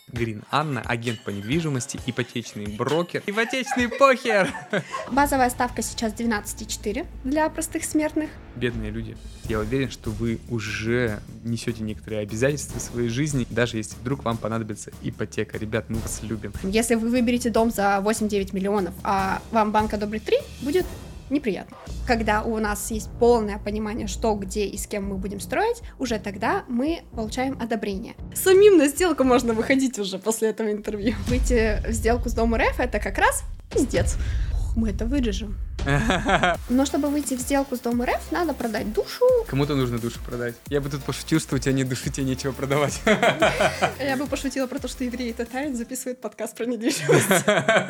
Грин Анна, агент по недвижимости, ипотечный брокер, ипотечный похер. Базовая ставка сейчас 12,4 для простых смертных. Бедные люди, я уверен, что вы уже несете некоторые обязательства в своей жизни, даже если вдруг вам понадобится ипотека. Ребят, мы вас любим. Если вы выберете дом за 8-9 миллионов, а вам банк одобрит 3, будет неприятно. Когда у нас есть полное понимание, что, где и с кем мы будем строить, уже тогда мы получаем одобрение. Самим на сделку можно выходить уже после этого интервью. Выйти в сделку с Дом РФ — это как раз пиздец. Мы это вырежем. Но чтобы выйти в сделку с Дом РФ, надо продать душу. Кому-то нужно душу продать. Я бы тут пошутил, что у тебя нет души, тебе нечего продавать. Я бы пошутила про то, что евреи татарин записывают подкаст про недвижимость.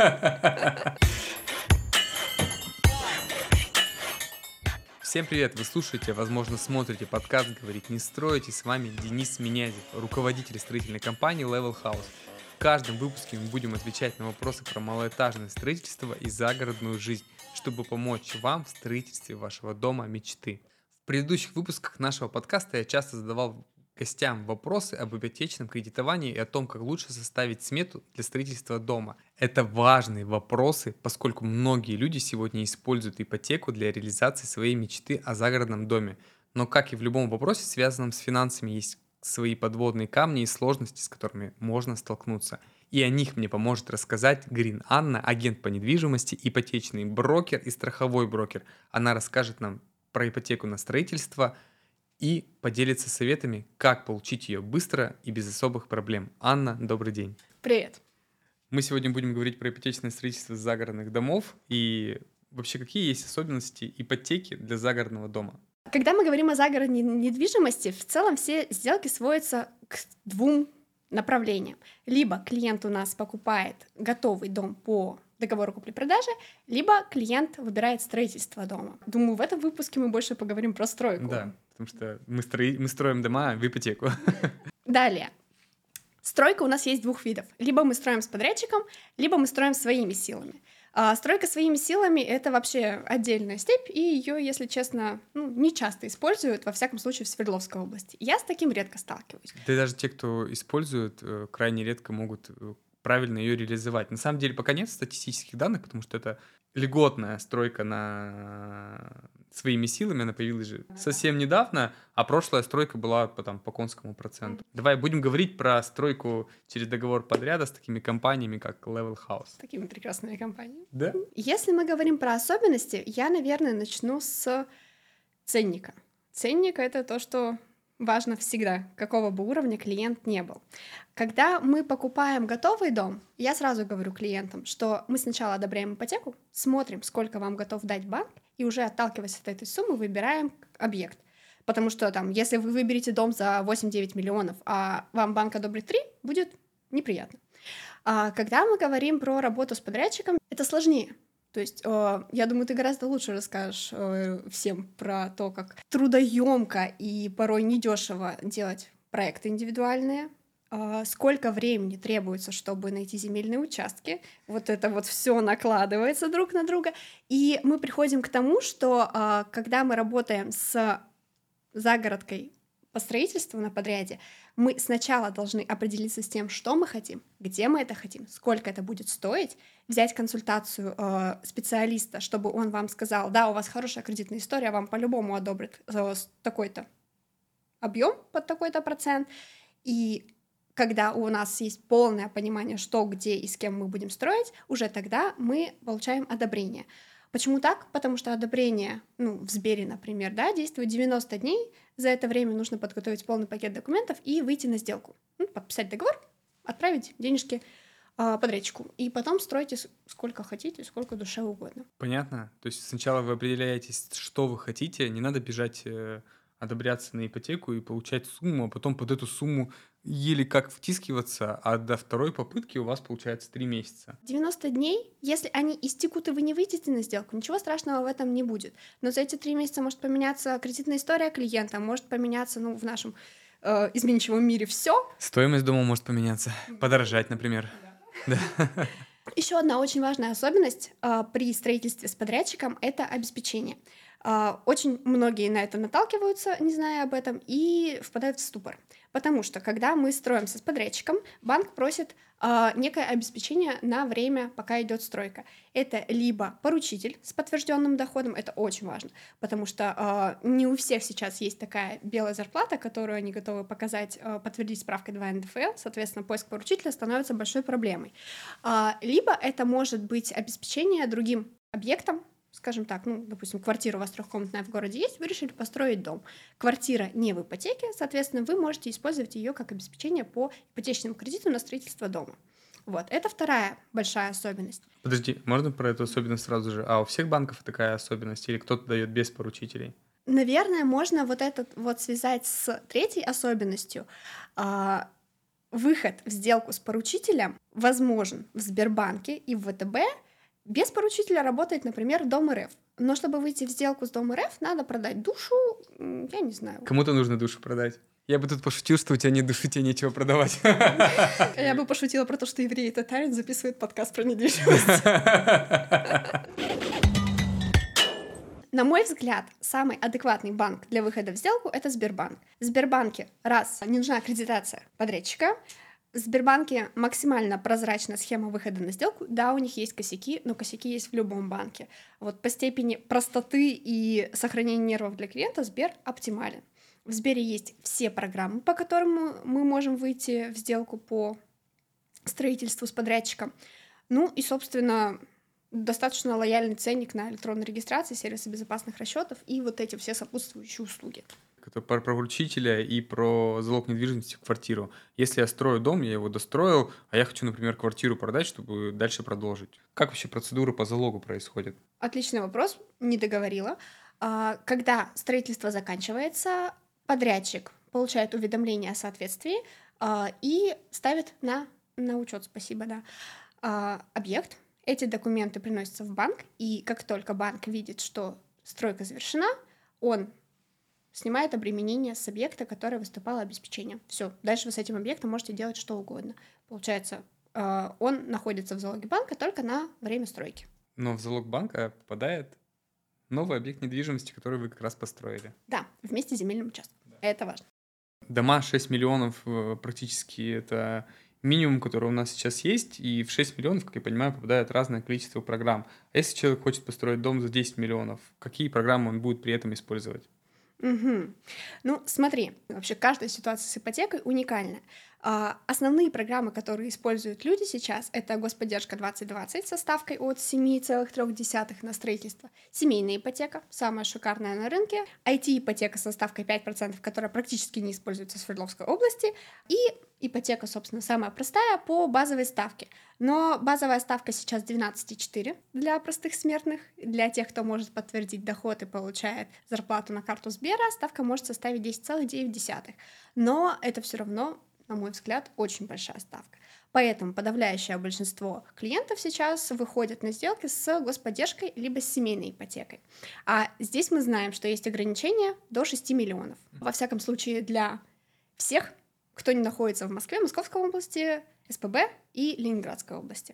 Всем привет! Вы слушаете, возможно, смотрите подкаст «Говорить не строите». С вами Денис Минязев, руководитель строительной компании Level House. В каждом выпуске мы будем отвечать на вопросы про малоэтажное строительство и загородную жизнь, чтобы помочь вам в строительстве вашего дома мечты. В предыдущих выпусках нашего подкаста я часто задавал гостям вопросы об ипотечном кредитовании и о том, как лучше составить смету для строительства дома. Это важные вопросы, поскольку многие люди сегодня используют ипотеку для реализации своей мечты о загородном доме. Но, как и в любом вопросе, связанном с финансами, есть свои подводные камни и сложности, с которыми можно столкнуться. И о них мне поможет рассказать Грин Анна, агент по недвижимости, ипотечный брокер и страховой брокер. Она расскажет нам про ипотеку на строительство и поделится советами, как получить ее быстро и без особых проблем. Анна, добрый день. Привет. Мы сегодня будем говорить про ипотечное строительство загородных домов и вообще какие есть особенности ипотеки для загородного дома. Когда мы говорим о загородной недвижимости, в целом все сделки сводятся к двум направлениям. Либо клиент у нас покупает готовый дом по договору купли-продажи, либо клиент выбирает строительство дома. Думаю, в этом выпуске мы больше поговорим про стройку. Да, потому что мы строим дома в ипотеку. Далее. Стройка у нас есть двух видов. Либо мы строим с подрядчиком, либо мы строим своими силами. Стройка своими силами — это вообще отдельная степь, и ее, если честно, не часто используют, во всяком случае, в Свердловской области. Я с таким редко сталкиваюсь. Да и даже те, кто использует, крайне редко могут правильно ее реализовать. На самом деле пока нет статистических данных, потому что это льготная стройка на своими силами, она появилась же совсем недавно, а прошлая стройка была по конскому проценту. Давай будем говорить про стройку через договор подряда с такими компаниями, как Level House. Такими прекрасными компаниями. Да? Если мы говорим про особенности, я, наверное, начну с ценника. Ценник — это то, что важно всегда, какого бы уровня клиент не был. Когда мы покупаем готовый дом, я сразу говорю клиентам, что мы сначала одобряем ипотеку, смотрим, сколько вам готов дать банк, и уже отталкиваясь от этой суммы, выбираем объект. Потому что если вы выберете дом за 8-9 миллионов, а вам банк одобрит 3, будет неприятно. А когда мы говорим про работу с подрядчиком, это сложнее. То есть, я думаю, ты гораздо лучше расскажешь всем про то, как трудоемко и порой недешево делать проекты индивидуальные, сколько времени требуется, чтобы найти земельные участки. Вот это вот все накладывается друг на друга. И мы приходим к тому, что когда мы работаем с загородкой по строительству на подряде, мы сначала должны определиться с тем, что мы хотим, где мы это хотим, сколько это будет стоить, взять консультацию специалиста, чтобы он вам сказал: да, у вас хорошая кредитная история, вам по-любому одобрят такой-то объем под такой-то процент. И когда у нас есть полное понимание, что, где и с кем мы будем строить, уже тогда мы получаем одобрение. Почему так? Потому что одобрение, в Сбере, например, действует 90 дней. За это время нужно подготовить полный пакет документов и выйти на сделку. Подписать договор, отправить денежки подрядчику. И потом стройте сколько хотите, сколько душе угодно. Понятно. То есть сначала вы определяетесь, что вы хотите, не надо бежать одобряться на ипотеку и получать сумму, а потом под эту сумму еле как втискиваться, а до второй попытки у вас получается 3 месяца. 90 дней, если они истекут и вы не выйдете на сделку, ничего страшного в этом не будет. Но за эти 3 месяца может поменяться кредитная история клиента, может поменяться, в нашем изменчивом мире все. Стоимость дома может поменяться, подорожать, например. Да. Еще одна очень важная особенность при строительстве с подрядчиком — это обеспечение. Очень многие на это наталкиваются, не зная об этом, и впадают в ступор. Потому что, когда мы строимся с подрядчиком, банк просит некое обеспечение на время, пока идет стройка. Это либо поручитель с подтвержденным доходом, это очень важно, потому что не у всех сейчас есть такая белая зарплата, которую они готовы показать, подтвердить справкой 2 НДФЛ, соответственно, поиск поручителя становится большой проблемой. Либо это может быть обеспечение другим объектом, скажем так, допустим, квартира у вас трехкомнатная в городе есть, вы решили построить дом. Квартира не в ипотеке, соответственно, вы можете использовать ее как обеспечение по ипотечному кредиту на строительство дома. Вот, это вторая большая особенность. Подожди, можно про эту особенность сразу же? А у всех банков такая особенность или кто-то дает без поручителей? Наверное, можно вот этот вот связать с третьей особенностью. Выход в сделку с поручителем возможен в Сбербанке и в ВТБ. Без поручителя работает, например, Дом РФ. Но чтобы выйти в сделку с Дом РФ, надо продать душу, я не знаю. Кому-то нужно душу продать. Я бы тут пошутил, что у тебя нет души, тебе нечего продавать. Я бы пошутила про то, что евреи и татарин записывают подкаст про недвижимость. На мой взгляд, самый адекватный банк для выхода в сделку — это Сбербанк. В Сбербанке, раз, не нужна аккредитация подрядчика, в Сбербанке максимально прозрачная схема выхода на сделку. Да, у них есть косяки, но косяки есть в любом банке. Вот по степени простоты и сохранения нервов для клиента Сбер оптимален. В Сбере есть все программы, по которым мы можем выйти в сделку по строительству с подрядчиком. Ну и, собственно, достаточно лояльный ценник на электронной регистрации, сервисы безопасных расчетов и вот эти все сопутствующие услуги. Это про поручителя и про залог недвижимости в квартиру. Если я строю дом, я его достроил, а я хочу, например, квартиру продать, чтобы дальше продолжить. Как вообще процедура по залогу происходит? Отличный вопрос, не договорила. Когда строительство заканчивается, подрядчик получает уведомление о соответствии и ставит на учет, спасибо, да, объект. Эти документы приносятся в банк, и как только банк видит, что стройка завершена, он снимает обременение с объекта, который выступало обеспечением. Все, дальше вы с этим объектом можете делать что угодно. Получается, он находится в залоге банка только на время стройки. Но в залог банка попадает новый объект недвижимости, который вы как раз построили. Да, вместе с земельным участком. Да. Это важно. Дома 6 миллионов практически это минимум, который у нас сейчас есть, и в 6 миллионов, как я понимаю, попадает разное количество программ. А если человек хочет построить дом за 10 миллионов, какие программы он будет при этом использовать? Угу. Ну, смотри, вообще каждая ситуация с ипотекой уникальна. Основные программы, которые используют люди сейчас, это Господдержка 2020 со ставкой от 7,3 на строительство, семейная ипотека, самая шикарная на рынке, IT-ипотека со ставкой 5%, которая практически не используется в Свердловской области, и ипотека, собственно, самая простая по базовой ставке. Но базовая ставка сейчас 12,4 для простых смертных. Для тех, кто может подтвердить доход и получает зарплату на карту Сбера, ставка может составить 10,9. Но это все равно, на мой взгляд, очень большая ставка. Поэтому подавляющее большинство клиентов сейчас выходят на сделки с господдержкой либо с семейной ипотекой. А здесь мы знаем, что есть ограничения до 6 миллионов. Во всяком случае, для всех, кто не находится в Москве, Московской области, СПБ и Ленинградской области.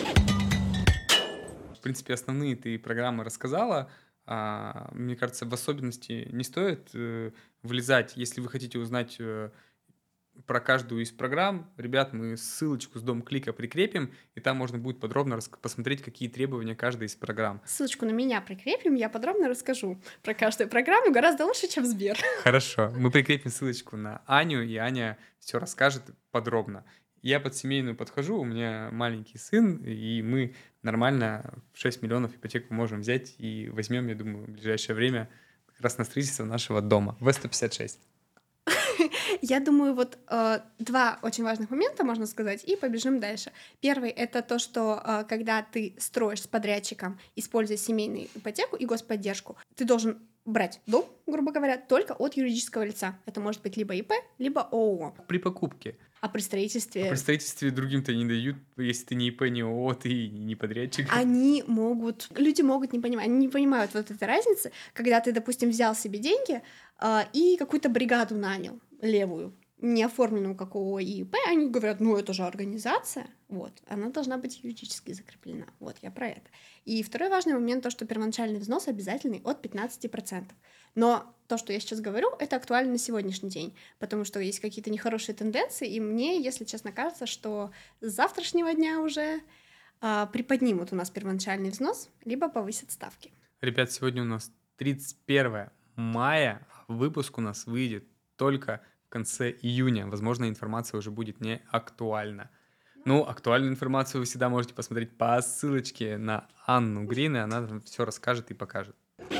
В принципе, основные ты программы рассказала. Мне кажется, в особенности не стоит влезать. Если вы хотите узнать про каждую из программ, ребят, мы ссылочку с Дом.Клика прикрепим, и там можно будет подробно посмотреть, какие требования каждой из программ. Ссылочку на меня прикрепим, я подробно расскажу про каждую программу гораздо лучше, чем Сбер. Хорошо, мы прикрепим ссылочку на Аню, и Аня все расскажет подробно. Я под семейную подхожу, у меня маленький сын, и мы нормально в 6 миллионов ипотеку можем взять и возьмем, я думаю, в ближайшее время как раз на строительство нашего дома. В156. Я думаю, вот два очень важных момента, можно сказать, и побежим дальше. Первый — это то, что когда ты строишь с подрядчиком, используя семейную ипотеку и господдержку, ты должен брать дом, грубо говоря, только от юридического лица. Это может быть либо ИП, либо ООО. При покупке. А при строительстве... А при строительстве другим-то не дают, если ты не ИП, не ООО, ты не подрядчик. Люди могут не понимать, они не понимают вот этой разницы, когда ты, допустим, взял себе деньги и какую-то бригаду нанял, левую, не оформлена у какого ИИП, они говорят, ну это же организация, вот, она должна быть юридически закреплена, вот, я про это. И второй важный момент, то, что первоначальный взнос обязательный от 15%. Но то, что я сейчас говорю, это актуально на сегодняшний день, потому что есть какие-то нехорошие тенденции, и мне, если честно, кажется, что с завтрашнего дня уже приподнимут у нас первоначальный взнос, либо повысят ставки. Ребят, сегодня у нас 31 мая, а выпуск у нас выйдет только в конце июня. Возможно, информация уже будет не актуальна. Ну, актуальную информацию вы всегда можете посмотреть по ссылочке на Анну Грин, и она вам все расскажет и покажет.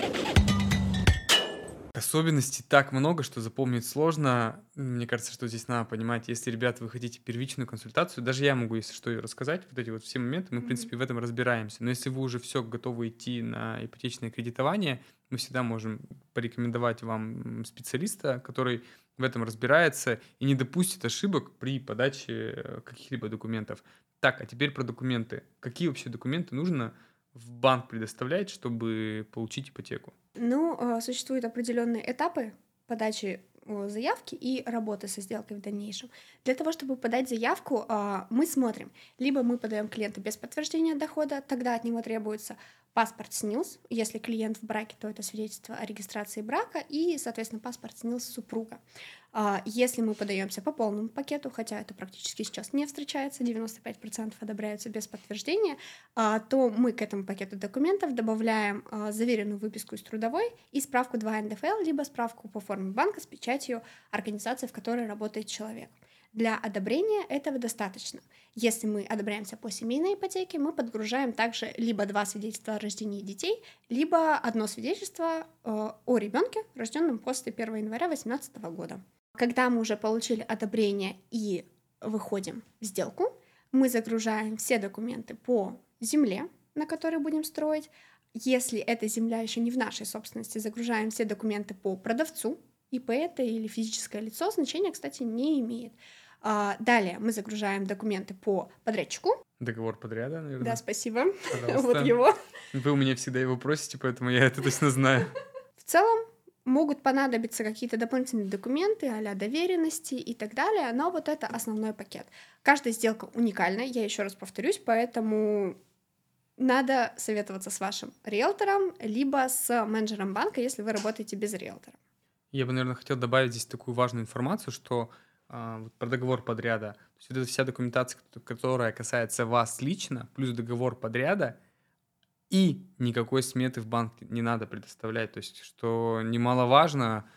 Особенностей так много, что запомнить сложно. Мне кажется, что здесь надо понимать, если, ребята, вы хотите первичную консультацию, даже я могу, если что, ее рассказать, вот эти вот все моменты, мы, в принципе, в этом разбираемся. Но если вы уже все готовы идти на ипотечное кредитование, мы всегда можем порекомендовать вам специалиста, который в этом разбирается и не допустит ошибок при подаче каких-либо документов. Так, а теперь про документы. Какие вообще документы нужно в банк предоставлять, чтобы получить ипотеку? Ну, существуют определенные этапы подачи заявки и работы со сделкой в дальнейшем. Для того, чтобы подать заявку, мы смотрим, либо мы подаем клиента без подтверждения дохода, тогда от него требуется паспорт СНИЛС, если клиент в браке, то это свидетельство о регистрации брака и, соответственно, паспорт СНИЛС супруга. Если мы подаемся по полному пакету, хотя это практически сейчас не встречается, 95% одобряются без подтверждения, то мы к этому пакету документов добавляем заверенную выписку из трудовой и справку 2 НДФЛ, либо справку по форме банка с печатью организации, в которой работает человек. Для одобрения этого достаточно. Если мы одобряемся по семейной ипотеке, мы подгружаем также либо 2 свидетельства о рождении детей, либо одно свидетельство о ребенке, рожденном после 1 января 2018 года. Когда мы уже получили одобрение и выходим в сделку, мы загружаем все документы по земле, на которой будем строить. Если эта земля еще не в нашей собственности, загружаем все документы по продавцу. ИП это или физическое лицо, значения, кстати, не имеет. Далее мы загружаем документы по подрядчику. Договор подряда, наверное? Да, спасибо. Пожалуйста. Вот его. Вы у меня всегда его просите, поэтому я это точно знаю. В целом могут понадобиться какие-то дополнительные документы, а-ля доверенности и так далее, но вот это основной пакет. Каждая сделка уникальна, я еще раз повторюсь, поэтому надо советоваться с вашим риэлтором, либо с менеджером банка, если вы работаете без риэлтора. Я бы, наверное, хотел добавить здесь такую важную информацию, что вот про договор подряда. То есть вот эта вся документация, которая касается вас лично, плюс договор подряда, и никакой сметы в банк не надо предоставлять. То есть, что немаловажно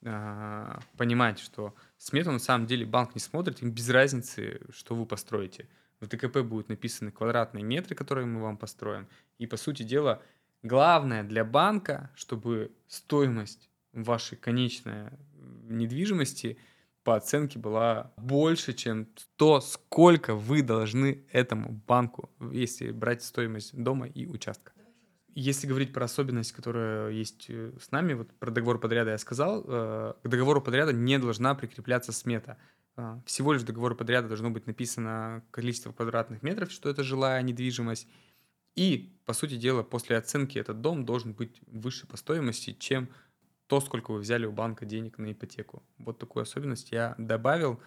понимать, что смету на самом деле банк не смотрит, им без разницы, что вы построите. В ДКП будут написаны квадратные метры, которые мы вам построим. И, по сути дела, главное для банка, чтобы стоимость вашей конечной недвижимости по оценке была больше, чем то, сколько вы должны этому банку, если брать стоимость дома и участка. Если говорить про особенность, которая есть с нами, вот про договор подряда я сказал, к договору подряда не должна прикрепляться смета. Всего лишь в договоре подряда должно быть написано количество квадратных метров, что это жилая недвижимость. И, по сути дела, после оценки этот дом должен быть выше по стоимости, чем то, сколько вы взяли у банка денег на ипотеку. Вот такую особенность я добавил.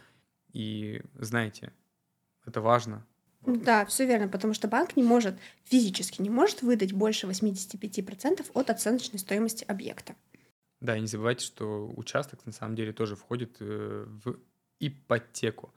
И знаете, это важно. Да, все верно, потому что банк не может, физически не может выдать больше 85% от оценочной стоимости объекта. Да, и не забывайте, что участок на самом деле тоже входит в ипотеку.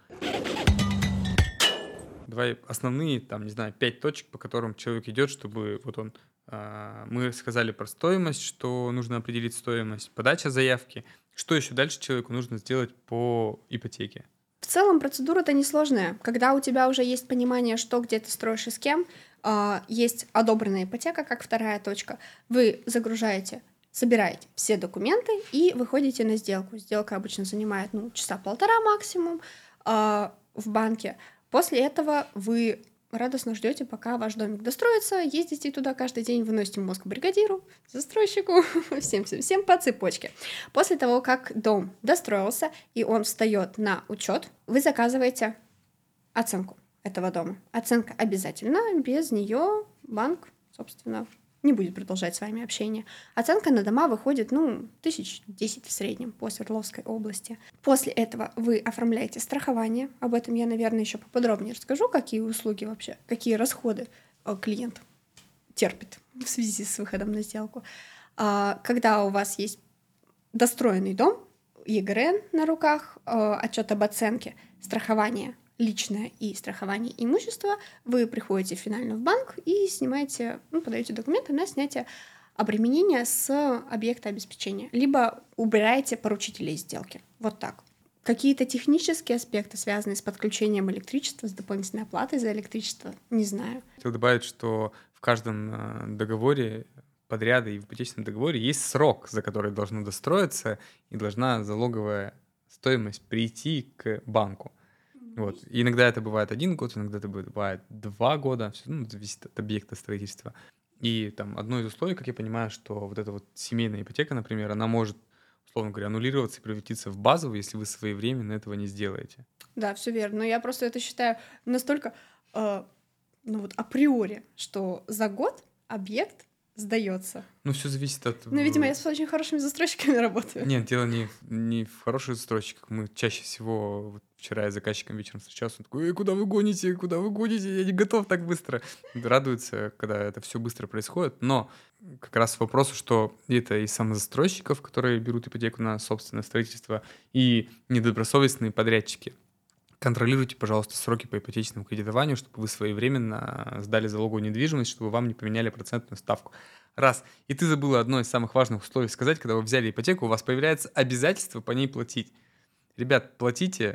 Давай основные, там, не знаю, 5 точек, по которым человек идет, чтобы вот он... Мы сказали про стоимость, что нужно определить стоимость, подача заявки. Что еще дальше человеку нужно сделать по ипотеке? В целом процедура-то несложная. Когда у тебя уже есть понимание, что где ты строишь и с кем, есть одобренная ипотека, как вторая точка, вы загружаете, собираете все документы и выходите на сделку. Сделка обычно занимает часа полтора максимум в банке. После этого вы радостно ждете, пока ваш домик достроится, ездите туда каждый день, выносите мозг бригадиру, застройщику, всем по цепочке. После того, как дом достроился и он встает на учет, вы заказываете оценку этого дома. Оценка обязательно, без нее банк, собственно, не будет продолжать с вами общение. Оценка на дома выходит, 1010 в среднем по Свердловской области. После этого вы оформляете страхование. Об этом я, наверное, еще поподробнее расскажу, какие услуги вообще, какие расходы клиент терпит в связи с выходом на сделку. Когда у вас есть достроенный дом, ЕГРН на руках, отчет об оценке, страхование личное и страхование имущества, вы приходите финально в банк и снимаете, подаете документы на снятие обременения с объекта обеспечения, либо убираете поручителя из сделки. Вот так. Какие-то технические аспекты, связанные с подключением электричества, с дополнительной оплатой за электричество, не знаю. Хотел добавить, что в каждом договоре подряда и в ипотечном договоре есть срок, за который должно достроиться, и должна залоговая стоимость прийти к банку. Вот. И иногда это бывает 1 год, иногда это бывает 2 года, все зависит от объекта строительства. И там одно из условий, как я понимаю, что вот эта вот семейная ипотека, например, она может, условно говоря, аннулироваться и превратиться в базовую, если вы своевременно этого не сделаете. Да, все верно. Но я просто это считаю настолько априори, что за год объект сдается. Все зависит от... видимо, я с очень хорошими застройщиками работаю. Нет, дело не в хороших застройщиках. Мы чаще всего... Вот вчера я с заказчиком вечером встречался, он такой: куда вы гоните? Куда вы гоните? Я не готов так быстро. Радуется, когда это все быстро происходит. Но как раз к вопросу, что это и самозастройщиков, которые берут ипотеку на собственное строительство, и недобросовестные подрядчики. Контролируйте, пожалуйста, сроки по ипотечному кредитованию, чтобы вы своевременно сдали залоговую недвижимость, чтобы вам не поменяли процентную ставку. Раз. И ты забыла одно из самых важных условий сказать: когда вы взяли ипотеку, у вас появляется обязательство по ней платить. Ребят, платите,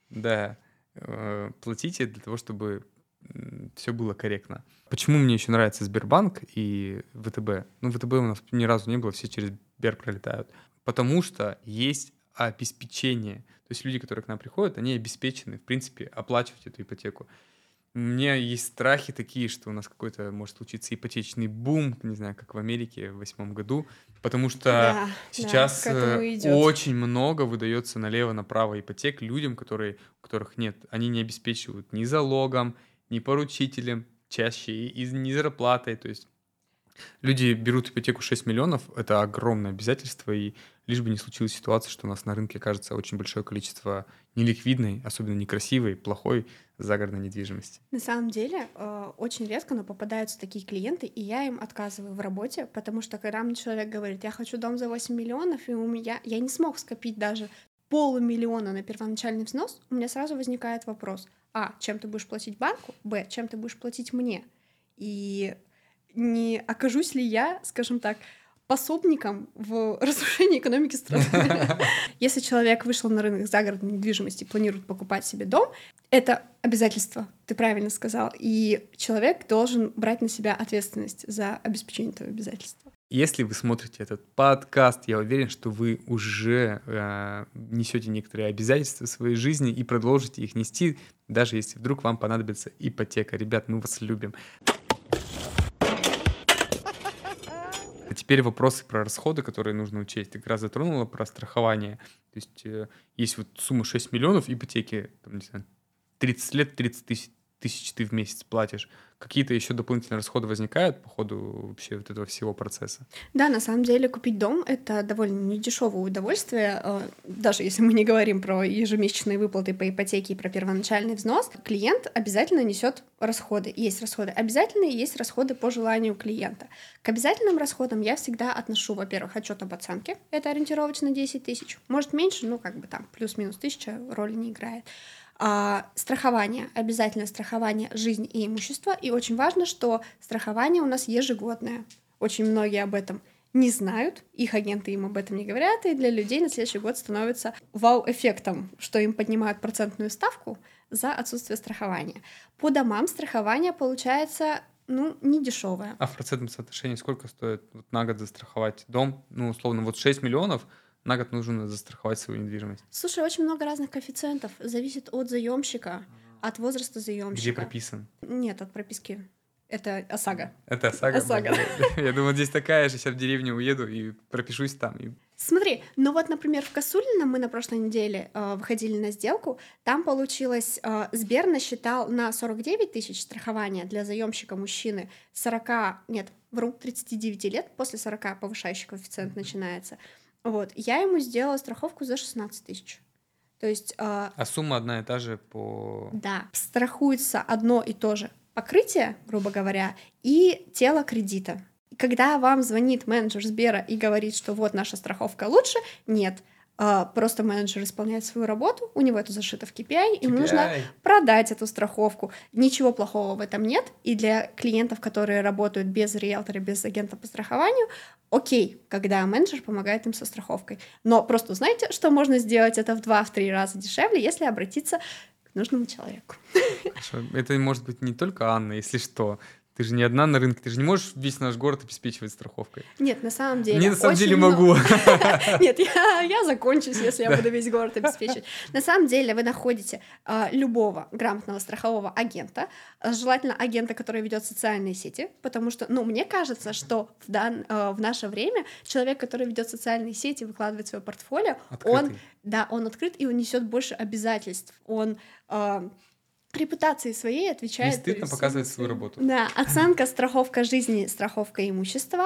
платите для того, чтобы все было корректно. Почему мне еще нравится Сбербанк и ВТБ? ВТБ у нас ни разу не было, все через Сбер пролетают. Потому что есть обеспечение. То есть люди, которые к нам приходят, они обеспечены, в принципе, оплачивать эту ипотеку. У меня есть страхи такие, что у нас какой-то может случиться ипотечный бум, не знаю, как в Америке в 2008 году, потому что сейчас очень много выдается налево-направо ипотек людям, у которых нет. Они не обеспечивают ни залогом, ни поручителем, чаще и не зарплатой. То есть люди берут ипотеку 6 миллионов, это огромное обязательство, и лишь бы не случилась ситуация, что у нас на рынке окажется очень большое количество неликвидной, особенно некрасивой, плохой загородной недвижимости. На самом деле, очень редко, но попадаются такие клиенты, и я им отказываю в работе, потому что когда мне человек говорит: я хочу дом за 8 миллионов, и я не смог скопить даже $500,000 на первоначальный взнос, у меня сразу возникает вопрос: чем ты будешь платить банку? Чем ты будешь платить мне? И не окажусь ли я, скажем так, пособником в разрушении экономики страны? Если человек вышел на рынок загородной недвижимости и планирует покупать себе дом, это обязательство, ты правильно сказал, и человек должен брать на себя ответственность за обеспечение этого обязательства. Если вы смотрите этот подкаст, я уверен, что вы уже несете некоторые обязательства в своей жизни и продолжите их нести, даже если вдруг вам понадобится ипотека. Ребят, мы вас любим. А теперь вопросы про расходы, которые нужно учесть. Ты как раз затронула про страхование. То есть есть вот сумма 6 миллионов ипотеки, там, не знаю, 30 лет, 30 тысяч ты в месяц платишь. Какие-то еще дополнительные расходы возникают по ходу вообще вот этого всего процесса? Да, на самом деле купить дом — это довольно недешевое удовольствие. Даже если мы не говорим про ежемесячные выплаты по ипотеке и про первоначальный взнос, клиент обязательно несет расходы. Есть расходы обязательные, есть расходы по желанию клиента. К обязательным расходам я всегда отношу, во-первых, отчет об оценке. Это ориентировочно 10 тысяч. Может меньше, там плюс-минус 1000 роли не играет. Страхование, обязательно страхование жизни и имущества. И очень важно, что страхование у нас ежегодное. Очень многие об этом не знают, их агенты им об этом не говорят, и для людей на следующий год становится вау-эффектом, что им поднимают процентную ставку за отсутствие страхования. По домам страхование получается не дешевое. А в процентном соотношении сколько стоит на год застраховать дом? Условно, 6 миллионов на год нужно застраховать свою недвижимость. Слушай, очень много разных коэффициентов. Зависит от заемщика, от возраста заемщика. Где прописан? Нет, от прописки. Это ОСАГО. Это ОСАГО? ОСАГО. Я думал, здесь такая же, сейчас в деревню уеду и пропишусь там. Смотри, например, в Косулино мы на прошлой неделе выходили на сделку, там получилось, Сбер насчитал на 49 тысяч страхования для заемщика мужчины, 39 лет, после 40 повышающий коэффициент начинается. Вот, я ему сделала страховку за 16 тысяч. То есть... А сумма одна и та же по... Да, страхуется одно и то же покрытие, грубо говоря, и тело кредита. Когда вам звонит менеджер Сбера и говорит, что вот наша страховка лучше, нет. Просто менеджер исполняет свою работу, у него это зашито в KPI, им нужно продать эту страховку. Ничего плохого в этом нет, и для клиентов, которые работают без риэлтора, без агента по страхованию, окей, когда менеджер помогает им со страховкой. Но просто знаете, что можно сделать это в 2-3 раза дешевле, если обратиться к нужному человеку. Хорошо. Это может быть не только Анна, если что. Ты же не одна на рынке, ты же не можешь весь наш город обеспечивать страховкой. Нет, на самом деле... Не, на самом деле могу. Нет, я закончусь, если я буду весь город обеспечивать. На самом деле вы находите любого грамотного страхового агента, желательно агента, который ведет социальные сети, потому что, мне кажется, что в наше время человек, который ведет социальные сети, выкладывает свое портфолио, он открыт, и он несет больше обязательств, он... репутации своей отвечает... Не стыдно показывать свою работу. Да, оценка, страховка жизни, страховка имущества,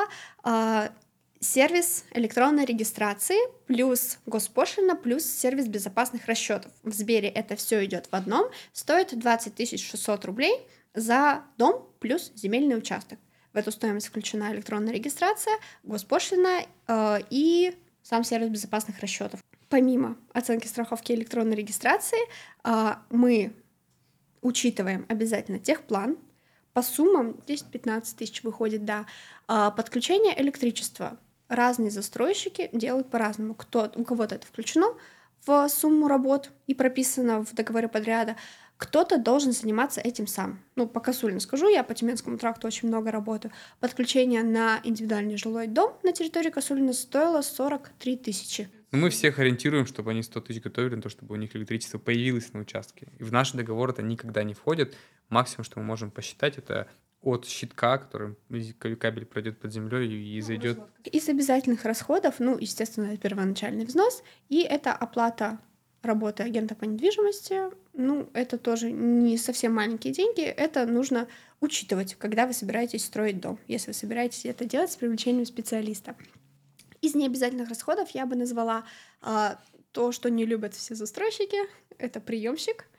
сервис электронной регистрации, плюс госпошлина, плюс сервис безопасных расчетов. В Сбере это все идет в одном, стоит 20 600 рублей за дом плюс земельный участок. В эту стоимость включена электронная регистрация, госпошлина и сам сервис безопасных расчетов. Помимо оценки страховки электронной регистрации, мы учитываем обязательно техплан, по суммам 10-15 тысяч выходит, да. Подключение электричества. Разные застройщики делают по-разному. У кого-то это включено в сумму работ и прописано в договоре подряда, кто-то должен заниматься этим сам. По Косулину скажу, я по Тюменскому тракту очень много работаю. Подключение на индивидуальный жилой дом на территории Косулина стоило 43 тысячи. Мы всех ориентируем, чтобы они 100 тысяч готовили на то, чтобы у них электричество появилось на участке. И в наш договор это никогда не входит. Максимум, что мы можем посчитать, это от щитка, которым кабель пройдет под землей и зайдет. Из обязательных расходов, естественно, это первоначальный взнос, и это оплата работы агента по недвижимости. Это тоже не совсем маленькие деньги, это нужно учитывать, когда вы собираетесь строить дом, если вы собираетесь это делать с привлечением специалиста. Из необязательных расходов я бы назвала то, что не любят все застройщики, это приемщик.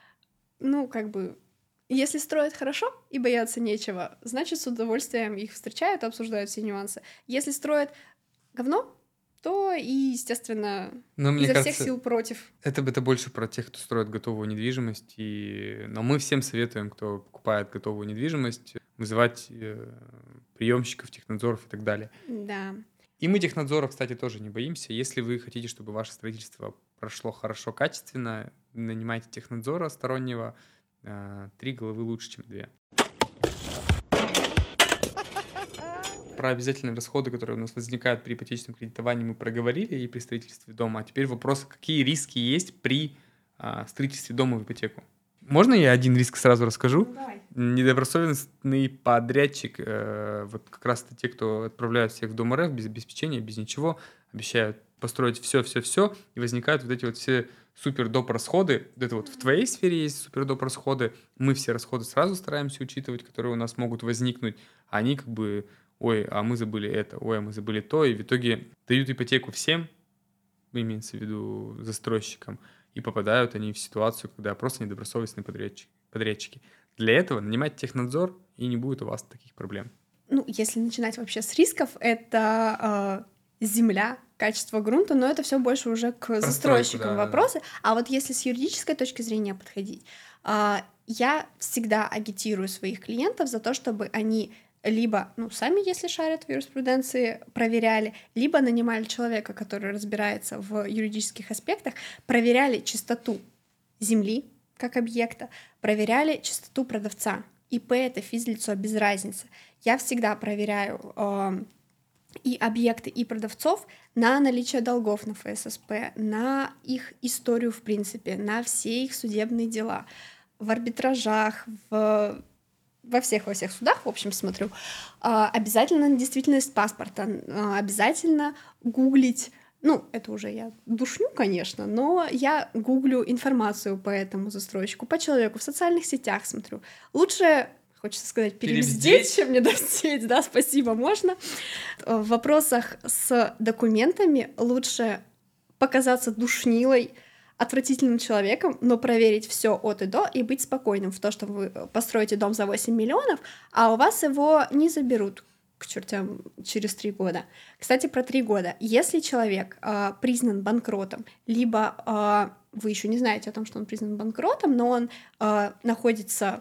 Если строят хорошо и бояться нечего, значит, с удовольствием их встречают, обсуждают все нюансы. Если строят говно, то и, естественно, изо всех сил против. Это больше про тех, кто строит готовую недвижимость. Но мы всем советуем, кто покупает готовую недвижимость, вызывать приемщиков, технадзоров и так далее. Да. И мы технадзора, кстати, тоже не боимся. Если вы хотите, чтобы ваше строительство прошло хорошо, качественно, нанимайте технадзора стороннего. 3 головы лучше, чем 2. Про обязательные расходы, которые у нас возникают при ипотечном кредитовании, мы проговорили и при строительстве дома. А теперь вопрос, какие риски есть при строительстве дома в ипотеку? Можно я один риск сразу расскажу? Давай. Недобросовестный подрядчик, вот как раз те, кто отправляют всех в Дом РФ без обеспечения, без ничего, обещают построить все, и возникают вот эти вот все супер-доп. Расходы. Это вот в твоей сфере есть супер-доп. Расходы. Мы все расходы сразу стараемся учитывать, которые у нас могут возникнуть. Они ой, а мы забыли это, ой, а мы забыли то, и в итоге дают ипотеку всем, имеется в виду застройщикам, и попадают они в ситуацию, когда просто недобросовестные подрядчики. Для этого нанимать технадзор, и не будет у вас таких проблем. Если начинать вообще с рисков, это земля, качество грунта, но это все больше уже к застройщикам вопросы. А вот если с юридической точки зрения подходить, я всегда агитирую своих клиентов за то, чтобы они либо, сами, если шарят в юриспруденции, проверяли, либо нанимали человека, который разбирается в юридических аспектах, проверяли чистоту земли как объекта, проверяли чистоту продавца. ИП — это физлицо, без разницы. Я всегда проверяю и объекты, и продавцов на наличие долгов на ФССП, на их историю, в принципе, на все их судебные дела, в арбитражах, во всех судах, в общем, смотрю. Обязательно действительность паспорта, обязательно гуглить. Это уже я душню, конечно, но я гуглю информацию по этому застройщику, по человеку, в социальных сетях смотрю. Лучше хочется сказать, Перебздеть? перебздеть, чем недостеть, да, спасибо, можно. В вопросах с документами лучше показаться душнилой, отвратительным человеком, но проверить все от и до и быть спокойным в то, что вы построите дом за 8 миллионов, а у вас его не заберут к чертям через 3 года. Кстати, про 3 года. Если человек признан банкротом, либо вы еще не знаете о том, что он признан банкротом, но он находится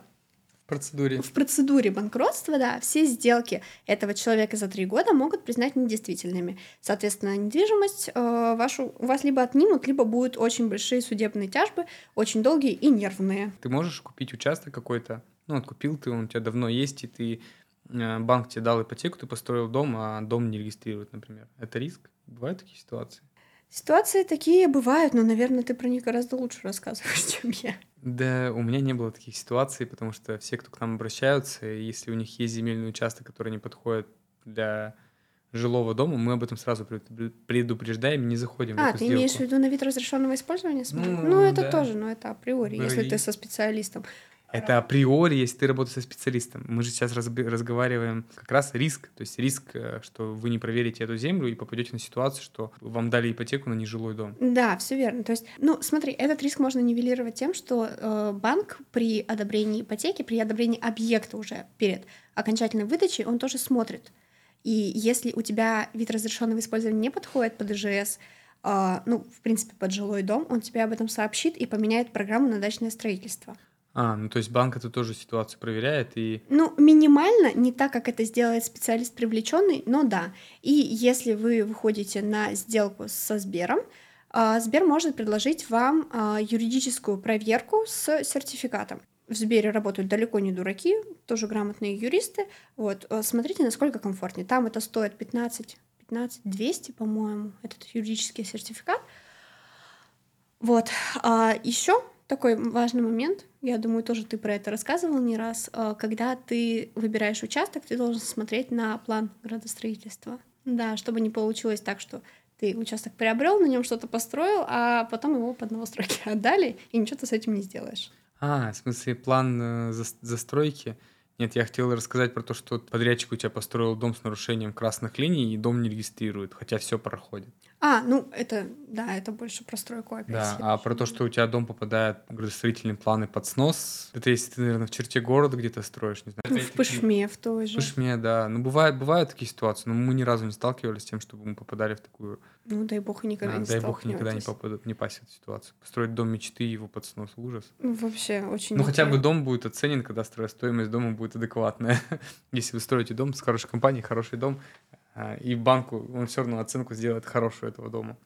в процедуре банкротства, да, все сделки этого человека за 3 года могут признать недействительными. Соответственно, недвижимость вашу у вас либо отнимут, либо будут очень большие судебные тяжбы, очень долгие и нервные. Ты можешь купить участок какой-то, ну, вот купил ты, он у тебя давно есть, и ты банк тебе дал ипотеку, ты построил дом, а дом не регистрирует, например. Это риск? Бывают такие ситуации? Ситуации такие бывают, но, наверное, ты про них гораздо лучше рассказываешь, чем я. Да, у меня не было таких ситуаций, потому что все, кто к нам обращаются, если у них есть земельный участок, который не подходит для жилого дома, мы об этом сразу предупреждаем и не заходим в эту ты сделку. имеешь в виду на вид разрешенного использования? Ну, Ну, это да. тоже, но это априори, если ты со специалистом. Это априори, если ты работаешь со специалистом. Мы же сейчас разговариваем как раз риск. То есть риск, что вы не проверите эту землю и попадете на ситуацию, что вам дали ипотеку на нежилой дом. Да, все верно. То есть, ну, смотри, этот риск можно нивелировать тем, что банк при одобрении ипотеки, при одобрении объекта уже перед окончательной выдачей, он тоже смотрит. И если у тебя вид разрешенного использования не подходит под ИЖС, ну, в принципе, под жилой дом, он тебе об этом сообщит и поменяет программу на дачное строительство. Ну то есть банк эту тоже ситуацию проверяет и... Ну, минимально, не так, как это сделает специалист привлеченный, но да. И если вы выходите на сделку со Сбером, Сбер может предложить вам юридическую проверку с сертификатом. В Сбере работают далеко не дураки, тоже грамотные юристы. Вот, смотрите, насколько комфортнее. Там это стоит 15 200, по-моему, этот юридический сертификат. Вот. Еще такой важный момент, я думаю, тоже ты про это рассказывал не раз, когда ты выбираешь участок, ты должен смотреть на план градостроительства. Да, чтобы не получилось так, что ты участок приобрел, на нем что-то построил, а потом его под новостройки отдали, и ничего ты с этим не сделаешь. В смысле, план застройки? Нет, я хотел рассказать про то, что подрядчик у тебя построил дом с нарушением красных линий, и дом не регистрирует, хотя все проходит. Ну, это больше про стройку опять. Да, а про то, что у тебя дом попадает в градостроительные планы под снос, это если ты, наверное, в черте города где-то строишь, не знаю. В Пышме в той же. В Пышме, да. Ну, бывают такие ситуации, но мы ни разу не сталкивались с тем, чтобы мы попадали в такую... Ну, дай бог, и никогда не дай бог, столкнётесь. никогда не пасть в эту ситуацию. Построить дом мечты, его под снос, ужас. Вообще очень... Ну, хотя бы дом будет оценен, когда стоимость дома будет адекватная. Если вы строите дом с хорошей компанией, хороший дом, и банку он все равно оценку сделает хорошую этого дома.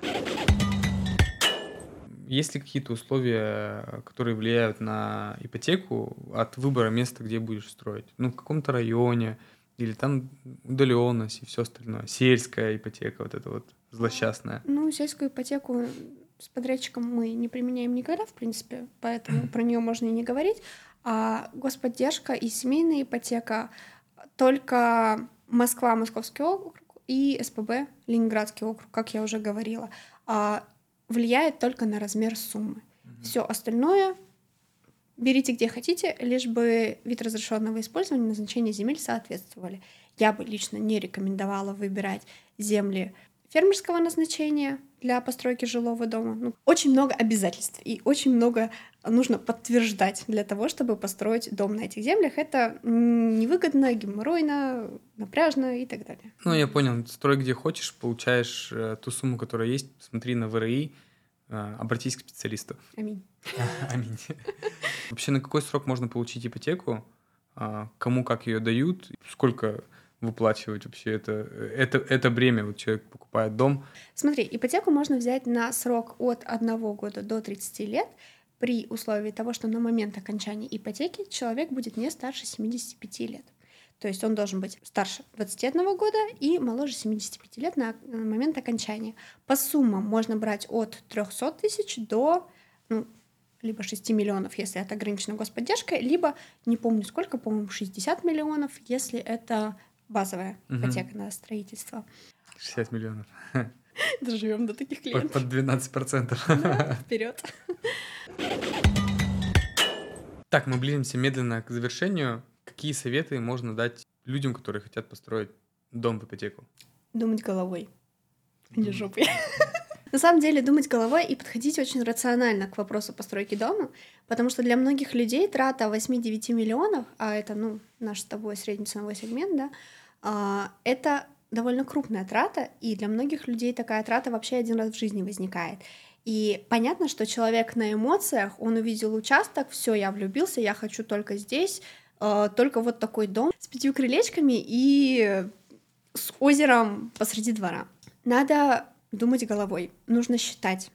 Есть ли какие-то условия, которые влияют на ипотеку от выбора места, где будешь строить? Ну, в каком-то районе, или там удаленность и все остальное. Сельская ипотека, вот эта вот злосчастная. Ну, сельскую ипотеку с подрядчиком мы не применяем никогда, в принципе, поэтому про нее можно и не говорить. А господдержка и семейная ипотека только Москва, Московский округ и СПБ, Ленинградский округ, как я уже говорила, влияет только на размер суммы. Все остальное берите где хотите, лишь бы вид разрешенного использования, назначение земель соответствовали. Я бы лично не рекомендовала выбирать земли фермерского назначения для постройки жилого дома. Очень много обязательств и очень много нужно подтверждать для того, чтобы построить дом на этих землях. Это невыгодно, геморройно, напряжно и так далее. Ну, я понял. Строй где хочешь, получаешь ту сумму, которая есть. Смотри на ВРИ, обратись к специалисту. Аминь. Аминь. Вообще, на какой срок можно получить ипотеку? Кому как ее дают? Сколько выплачивать вообще это бремя? Вот человек покупает дом. Смотри, ипотеку можно взять на срок от 1 года до 30 лет при условии того, что на момент окончания ипотеки человек будет не старше 75 лет. То есть он должен быть старше 21 года и моложе 75 лет на момент окончания. По суммам можно брать от 300 тысяч до либо 6 миллионов, если это ограничено господдержкой, либо, не помню сколько, по-моему, 60 миллионов, если это базовая ипотека на строительство. 60 миллионов. Доживем до таких клиентов. Под 12%. Вперед. Так, мы близимся медленно к завершению. Какие советы можно дать людям, которые хотят построить дом в ипотеку? Думать головой, а не Думать. жопой. На самом деле думать головой и подходить очень рационально к вопросу постройки дома, потому что для многих людей трата 8-9 миллионов, а это, наш с тобой средний ценовой сегмент, да, это довольно крупная трата, и для многих людей такая трата вообще один раз в жизни возникает. И понятно, что человек на эмоциях, он увидел участок, все, я влюбился, я хочу только здесь, только вот такой дом с 5 крылечками и с озером посреди двора. Надо думать головой, нужно считать,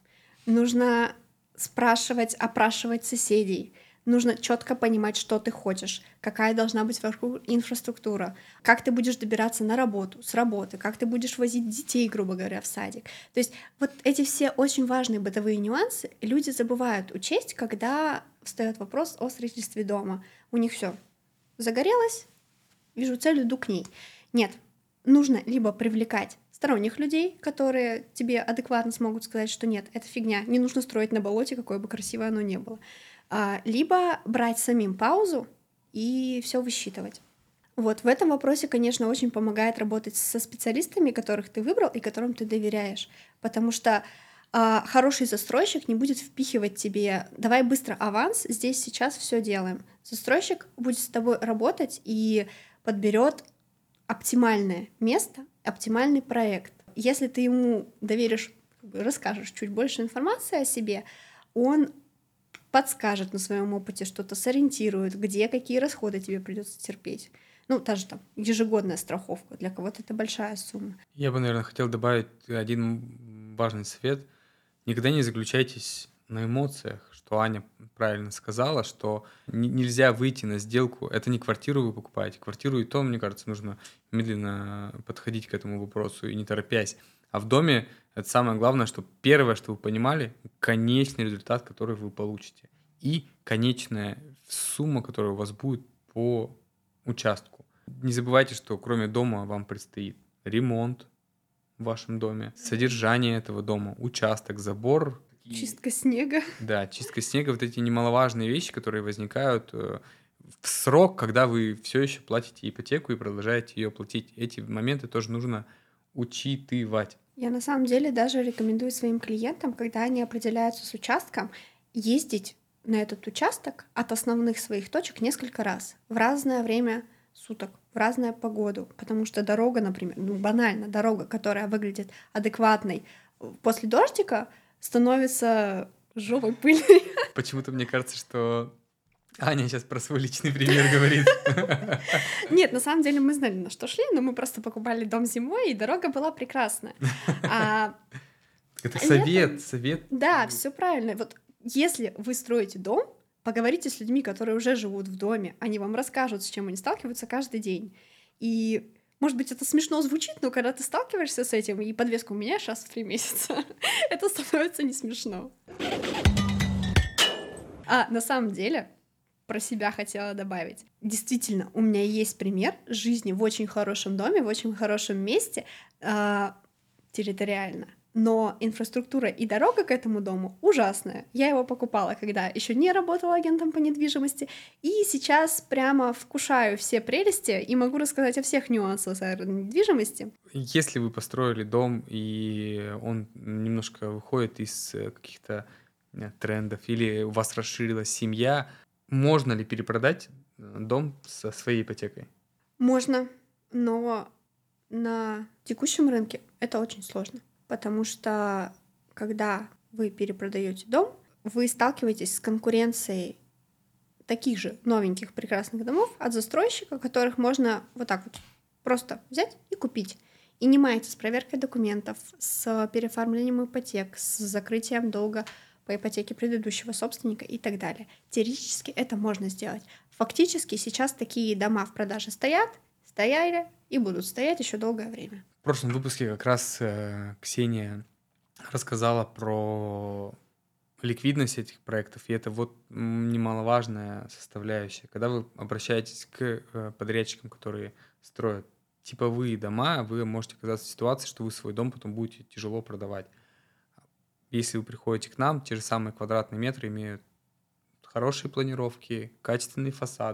нужно спрашивать, опрашивать соседей, нужно четко понимать, что ты хочешь, какая должна быть вокруг инфраструктура, как ты будешь добираться на работу, с работы, как ты будешь возить детей, грубо говоря, в садик. То есть вот эти все очень важные бытовые нюансы люди забывают учесть, когда встает вопрос о строительстве дома. У них все загорелось, вижу цель, иду к ней. Нет, нужно либо привлекать сторонних людей, которые тебе адекватно смогут сказать, что нет, это фигня, не нужно строить на болоте, какое бы красивое оно ни было. Либо брать самим паузу и все высчитывать. Вот в этом вопросе, конечно, очень помогает работать со специалистами, которых ты выбрал и которым ты доверяешь, потому что хороший застройщик не будет впихивать тебе «давай быстро аванс, здесь сейчас все делаем». Застройщик будет с тобой работать и подберет оптимальное место, оптимальный проект. Если ты ему доверишь, расскажешь чуть больше информации о себе, он подскажет на своем опыте, что-то сориентирует, где какие расходы тебе придется терпеть. Та же там ежегодная страховка, для кого-то это большая сумма. Я бы, наверное, хотел добавить один важный совет. Никогда не заключайтесь на эмоциях, что Аня правильно сказала, что нельзя выйти на сделку. Это не квартиру вы покупаете. Квартиру и то, мне кажется, нужно медленно подходить к этому вопросу и не торопясь. А в доме это самое главное, что первое, что вы понимали, конечный результат, который вы получите. И конечная сумма, которая у вас будет по участку. Не забывайте, что кроме дома вам предстоит ремонт в вашем доме, содержание этого дома, участок, забор. Чистка снега. Да, чистка снега, вот эти немаловажные вещи, которые возникают в срок, когда вы все еще платите ипотеку и продолжаете ее платить. Эти моменты тоже нужно учитывать. Я на самом деле даже рекомендую своим клиентам, когда они определяются с участком, ездить на этот участок от основных своих точек несколько раз в разное время суток, в разную погоду, потому что дорога, например, банально, дорога, которая выглядит адекватной после дождика, становится жёлтой пыльной. Почему-то мне кажется, что Аня сейчас про свой личный пример говорит. Нет, на самом деле мы знали, на что шли, но мы просто покупали дом зимой, и дорога была прекрасная. Это совет. Да, все правильно. Вот если вы строите дом, поговорите с людьми, которые уже живут в доме, они вам расскажут, с чем они сталкиваются каждый день. И, может быть, это смешно звучит, но когда ты сталкиваешься с этим и подвеску меняешь раз в 3 месяца, это становится не смешно. На самом деле, про себя хотела добавить. Действительно, у меня есть пример жизни в очень хорошем доме, в очень хорошем месте, территориально. Но инфраструктура и дорога к этому дому ужасная. Я его покупала, когда еще не работала агентом по недвижимости, и сейчас прямо вкушаю все прелести и могу рассказать о всех нюансах недвижимости. Если вы построили дом, и он немножко выходит из каких-то трендов, или у вас расширилась семья, можно ли перепродать дом со своей ипотекой? Можно, но на текущем рынке это очень сложно. Потому что, когда вы перепродаете дом, вы сталкиваетесь с конкуренцией таких же новеньких прекрасных домов от застройщика, которых можно вот так вот просто взять и купить. И не маете с проверкой документов, с переоформлением ипотек, с закрытием долга по ипотеке предыдущего собственника и так далее. Теоретически это можно сделать. Фактически сейчас такие дома в продаже стояли и будут стоять еще долгое время. В прошлом выпуске как раз Ксения рассказала про ликвидность этих проектов, и это вот немаловажная составляющая. Когда вы обращаетесь к подрядчикам, которые строят типовые дома, вы можете оказаться в ситуации, что вы свой дом потом будете тяжело продавать. Если вы приходите к нам, те же самые квадратные метры имеют хорошие планировки, качественные фасады,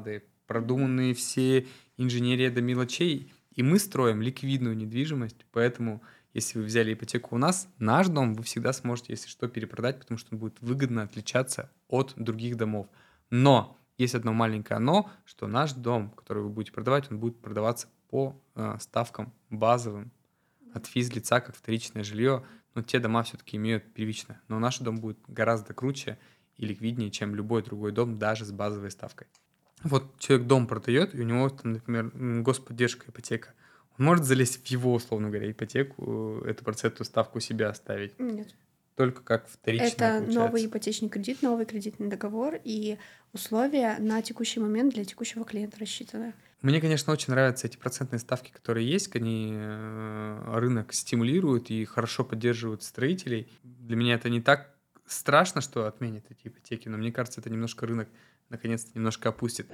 продуманные все инженерия до мелочей. И мы строим ликвидную недвижимость, поэтому если вы взяли ипотеку у нас, наш дом вы всегда сможете, если что, перепродать, потому что он будет выгодно отличаться от других домов. Но есть одно маленькое но, что наш дом, который вы будете продавать, он будет продаваться по ставкам базовым от физлица, как вторичное жилье. Но те дома все-таки имеют первичное. Но наш дом будет гораздо круче и ликвиднее, чем любой другой дом, даже с базовой ставкой. Вот человек дом продает, и у него, там, например, господдержка, ипотека. Он может залезть в его, условно говоря, ипотеку, эту процентную ставку себе оставить? Нет. Только как вторичное, Это получается. новый ипотечный кредит, новый кредитный договор и условия на текущий момент для текущего клиента рассчитаны. Мне, конечно, очень нравятся эти процентные ставки, которые есть. Они рынок стимулируют и хорошо поддерживают строителей. Для меня это не так страшно, что отменят эти ипотеки, но мне кажется, это немножко рынок наконец-то немножко опустит.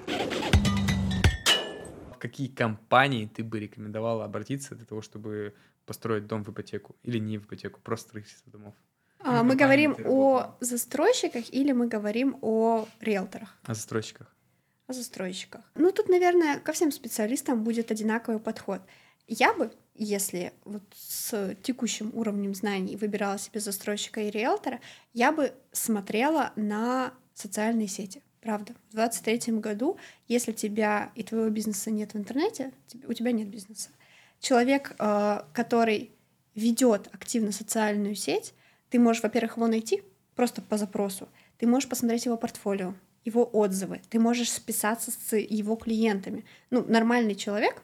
В какие компании ты бы рекомендовала обратиться для того, чтобы построить дом в ипотеку? Или не в ипотеку, просто строительство домов? Мы говорим о застройщиках или мы говорим о риэлторах? О застройщиках. О застройщиках. Ну, тут, наверное, ко всем специалистам будет одинаковый подход. Я бы, если вот с текущим уровнем знаний выбирала себе застройщика и риэлтора, я бы смотрела на социальные сети. Правда, в 2023 году, если тебя и твоего бизнеса нет в интернете, у тебя нет бизнеса. Человек, который ведет активно социальную сеть, ты можешь, во-первых, его найти просто по запросу, ты можешь посмотреть его портфолио, его отзывы, ты можешь списаться с его клиентами. Ну, нормальный человек,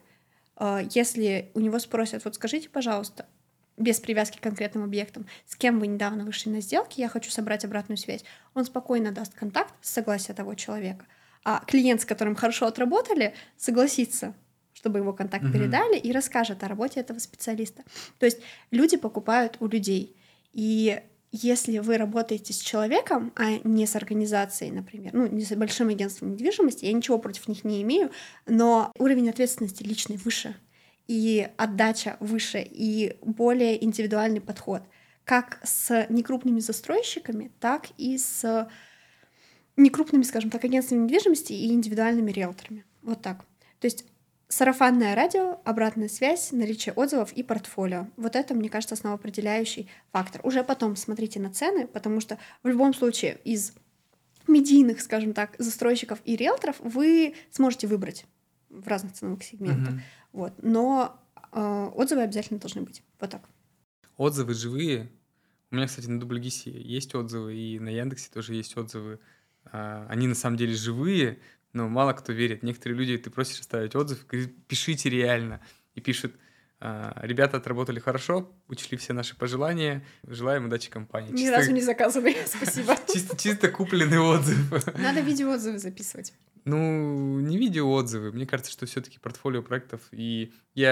если у него спросят, вот скажите, пожалуйста, без привязки к конкретным объектам, с кем вы недавно вышли на сделки, я хочу собрать обратную связь, он спокойно даст контакт с согласия того человека. А клиент, с которым хорошо отработали, согласится, чтобы его контакт передали, и расскажет о работе этого специалиста. То есть люди покупают у людей. И если вы работаете с человеком, а не с организацией, например, ну, не с большим агентством недвижимости, я ничего против них не имею, но уровень ответственности личный выше, и отдача выше, и более индивидуальный подход, как с некрупными застройщиками, так и с некрупными, скажем так, агентствами недвижимости и индивидуальными риэлторами. Вот так. То есть сарафанное радио, обратная связь, наличие отзывов и портфолио. Вот это, мне кажется, основоопределяющий фактор. Уже потом смотрите на цены, потому что в любом случае из медийных, скажем так, застройщиков и риэлторов вы сможете выбрать в разных ценовых сегментах. Вот. Но отзывы обязательно должны быть. Вот так. Отзывы живые. У меня, кстати, на Дубльгисе есть отзывы, и на Яндексе тоже есть отзывы. Они на самом деле живые, но мало кто верит. Некоторые люди, ты просишь оставить отзыв, говорит, пишите реально. И пишут, ребята отработали хорошо, учли все наши пожелания, желаем удачи компании. Ни разу не заказывали, спасибо. Чисто купленный отзыв. Надо видеоотзывы записывать. Ну, не видеоотзывы. Мне кажется, что все-таки портфолио проектов. И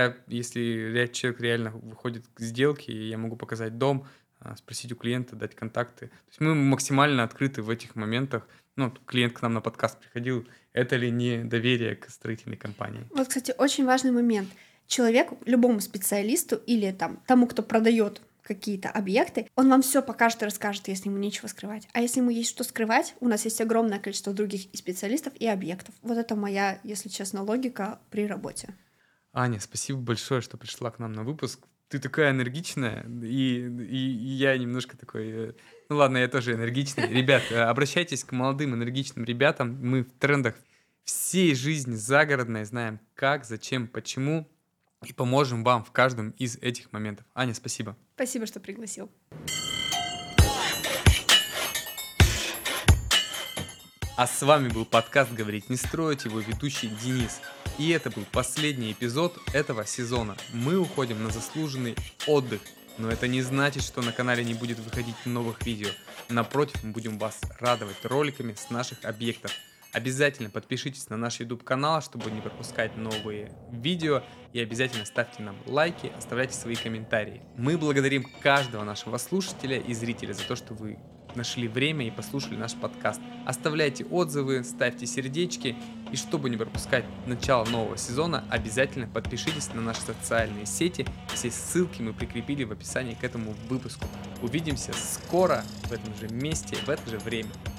если человек реально выходит к сделке, я могу показать дом, спросить у клиента, дать контакты. То есть мы максимально открыты в этих моментах. Ну, клиент к нам на подкаст приходил. Это ли не доверие к строительной компании? Вот, кстати, очень важный момент. Человеку, любому специалисту или тому, кто продает какие-то объекты, он вам все покажет и расскажет, если ему нечего скрывать. А если ему есть что скрывать, у нас есть огромное количество других и специалистов, и объектов. Вот это моя, если честно, логика при работе. Аня, спасибо большое, что пришла к нам на выпуск. Ты такая энергичная, и я немножко такой... Ну ладно, я тоже энергичный. Ребят, обращайтесь к молодым энергичным ребятам. Мы в трендах всей жизни загородной знаем как, зачем, почему. И поможем вам в каждом из этих моментов. Аня, спасибо. Спасибо, что пригласил. А с вами был подкаст «Говорить не строить», его ведущий Денис. И это был последний эпизод этого сезона. Мы уходим на заслуженный отдых. Но это не значит, что на канале не будет выходить новых видео. Напротив, мы будем вас радовать роликами с наших объектов. Обязательно подпишитесь на наш YouTube-канал, чтобы не пропускать новые видео. И обязательно ставьте нам лайки, оставляйте свои комментарии. Мы благодарим каждого нашего слушателя и зрителя за то, что вы нашли время и послушали наш подкаст. Оставляйте отзывы, ставьте сердечки. И чтобы не пропускать начало нового сезона, обязательно подпишитесь на наши социальные сети. Все ссылки мы прикрепили в описании к этому выпуску. Увидимся скоро в этом же месте, в это же время.